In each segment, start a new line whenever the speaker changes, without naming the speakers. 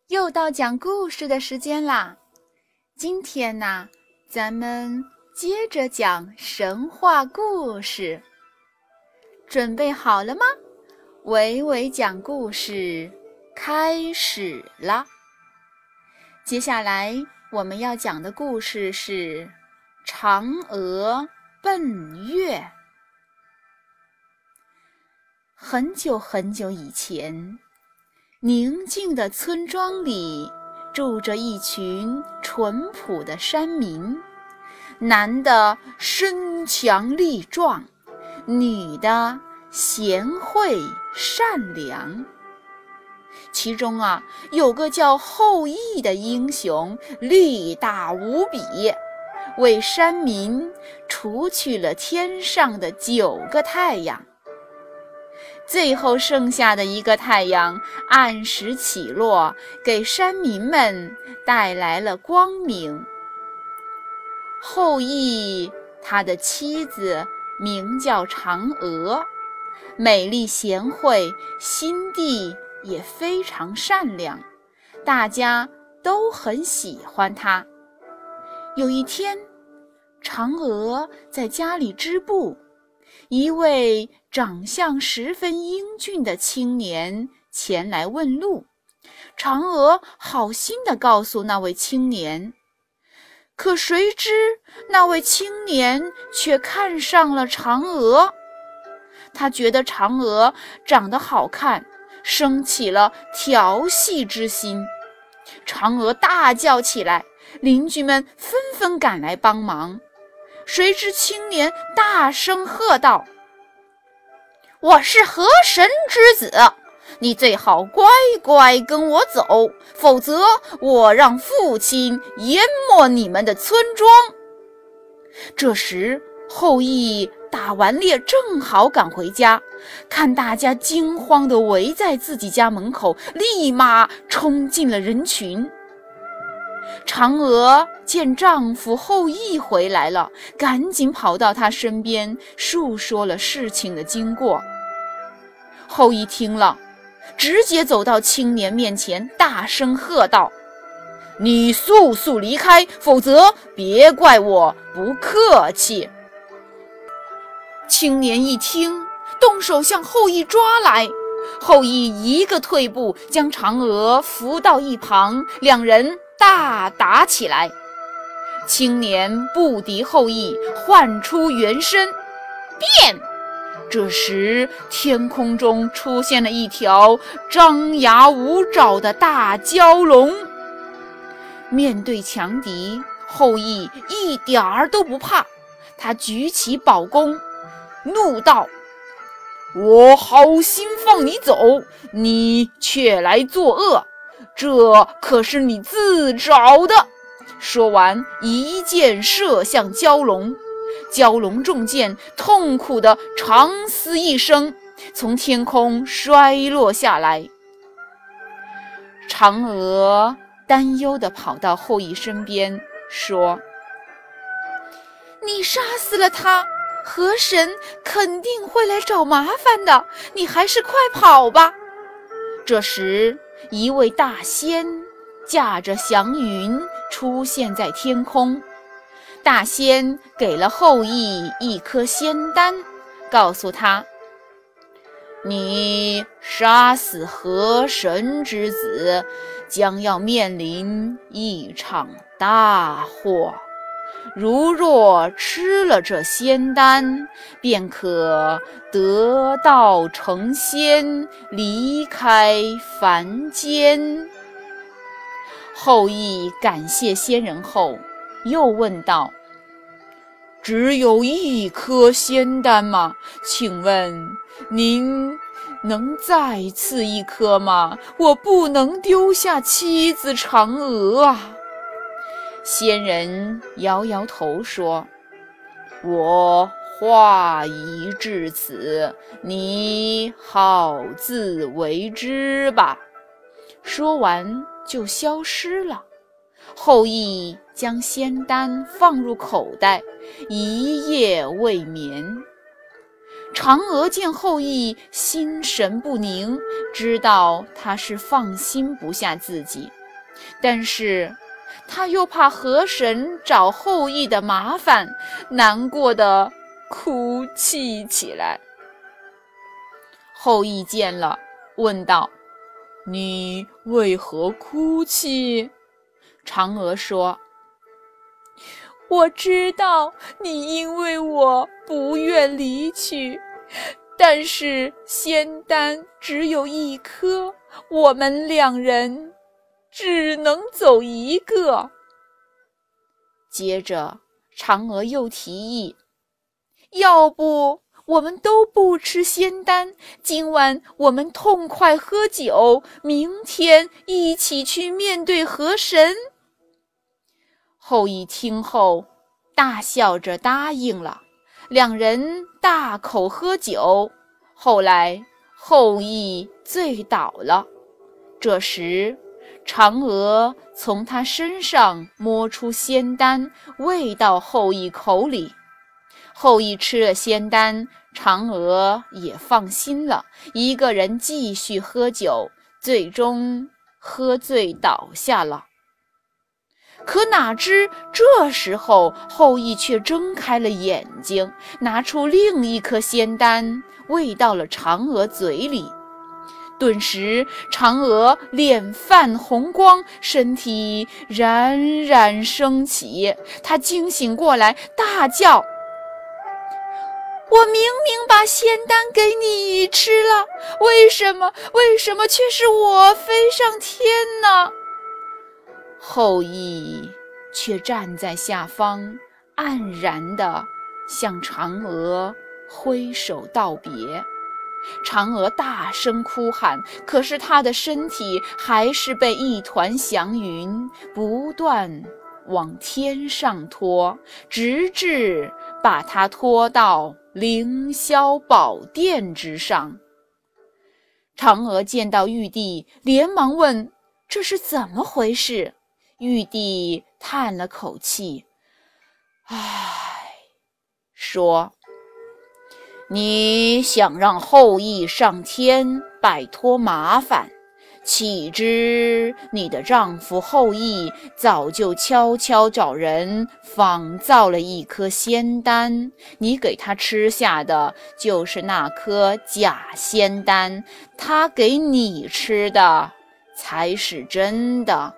又到讲故事的时间啦！今天呢，咱们接着讲神话故事。准备好了吗？伟伟讲故事开始了。接下来我们要讲的故事是嫦娥奔月。很久很久以前，宁静的村庄里住着一群淳朴的山民，男的身强力壮，女的贤惠善良。其中有个叫后羿的英雄，力大无比，为山民除去了天上的9个太阳。最后剩下的一个太阳按时起落，给山民们带来了光明。后羿他的妻子名叫嫦娥，美丽贤惠，心地也非常善良，大家都很喜欢她。有一天，嫦娥在家里织布，一位长相十分英俊的青年前来问路。嫦娥好心地告诉那位青年，可谁知那位青年却看上了嫦娥。他觉得嫦娥长得好看，生起了调戏之心。嫦娥大叫起来，邻居们纷纷赶来帮忙。谁知青年大声喝道，我是河神之子，你最好乖乖跟我走，否则我让父亲淹没你们的村庄。这时后羿打完猎正好赶回家，看大家惊慌地围在自己家门口，立马冲进了人群。嫦娥见丈夫后羿回来了，赶紧跑到他身边，述说了事情的经过。后羿听了，直接走到青年面前，大声喝道，你速速离开，否则别怪我不客气。青年一听，动手向后羿抓来。后羿一个退步，将嫦娥扶到一旁，两人大打起来。青年不敌后羿，唤出原身，变！这时天空中出现了一条张牙舞爪的大蛟龙。面对强敌，后羿一点儿都不怕，他举起宝弓，怒道，我好心放你走，你却来作恶，这可是你自找的。说完，一箭射向蛟龙，蛟龙中箭，痛苦地长嘶一声，从天空摔落下来。嫦娥担忧地跑到后羿身边，说，你杀死了他，河神肯定会来找麻烦的，你还是快跑吧。这时一位大仙驾着祥云出现在天空，大仙给了后羿一颗仙丹，告诉他，你杀死河神之子，将要面临一场大祸，如若吃了这仙丹，便可得道成仙，离开凡间。后羿感谢仙人后，又问道，只有一颗仙丹吗？请问您能再赐一颗吗？我不能丢下妻子嫦娥啊。仙人摇摇头说，我话已至此，你好自为之吧。说完就消失了。后羿将仙丹放入口袋，一夜未眠。嫦娥见后羿心神不宁，知道他是放心不下自己， 但是他又怕河神找后羿的麻烦，难过的哭泣起来。后羿见了，问道：你为何哭泣？嫦娥说：我知道你因为我不愿离去，但是仙丹只有一颗，我们两人只能走一个。接着嫦娥又提议，要不我们都不吃仙丹，今晚我们痛快喝酒，明天一起去面对河神。后羿听后大笑着答应了，两人大口喝酒。后来后羿醉倒了，这时嫦娥从他身上摸出仙丹，喂到后羿口里。后羿吃了仙丹，嫦娥也放心了，一个人继续喝酒，最终喝醉倒下了。可哪知这时候后羿却睁开了眼睛，拿出另一颗仙丹喂到了嫦娥嘴里。顿时嫦娥脸泛红光，身体冉冉升起，她惊醒过来，大叫：我明明把仙丹给你吃了，为什么却是我飞上天呢？后羿却站在下方，黯然地向嫦娥挥手道别。嫦娥大声哭喊，可是她的身体还是被一团祥云不断往天上拖，直至把她拖到凌霄宝殿之上。嫦娥见到玉帝，连忙问：这是怎么回事？玉帝叹了口气，唉，说：你想让后羿上天摆脱麻烦，岂知你的丈夫后羿早就悄悄找人仿造了一颗仙丹，你给他吃下的就是那颗假仙丹，他给你吃的才是真的。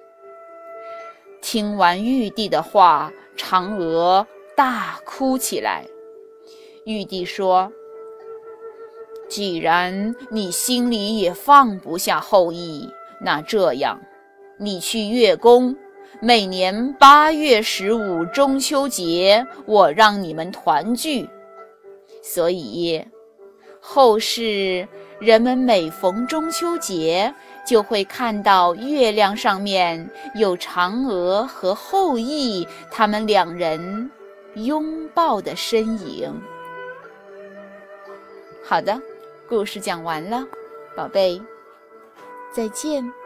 听完玉帝的话，嫦娥大哭起来。玉帝说：既然你心里也放不下后羿，那这样，你去月宫，每年8月15中秋节，我让你们团聚。所以后世人们每逢中秋节，就会看到月亮上面有嫦娥和后羿他们两人拥抱的身影。好的，故事讲完了，宝贝，再见。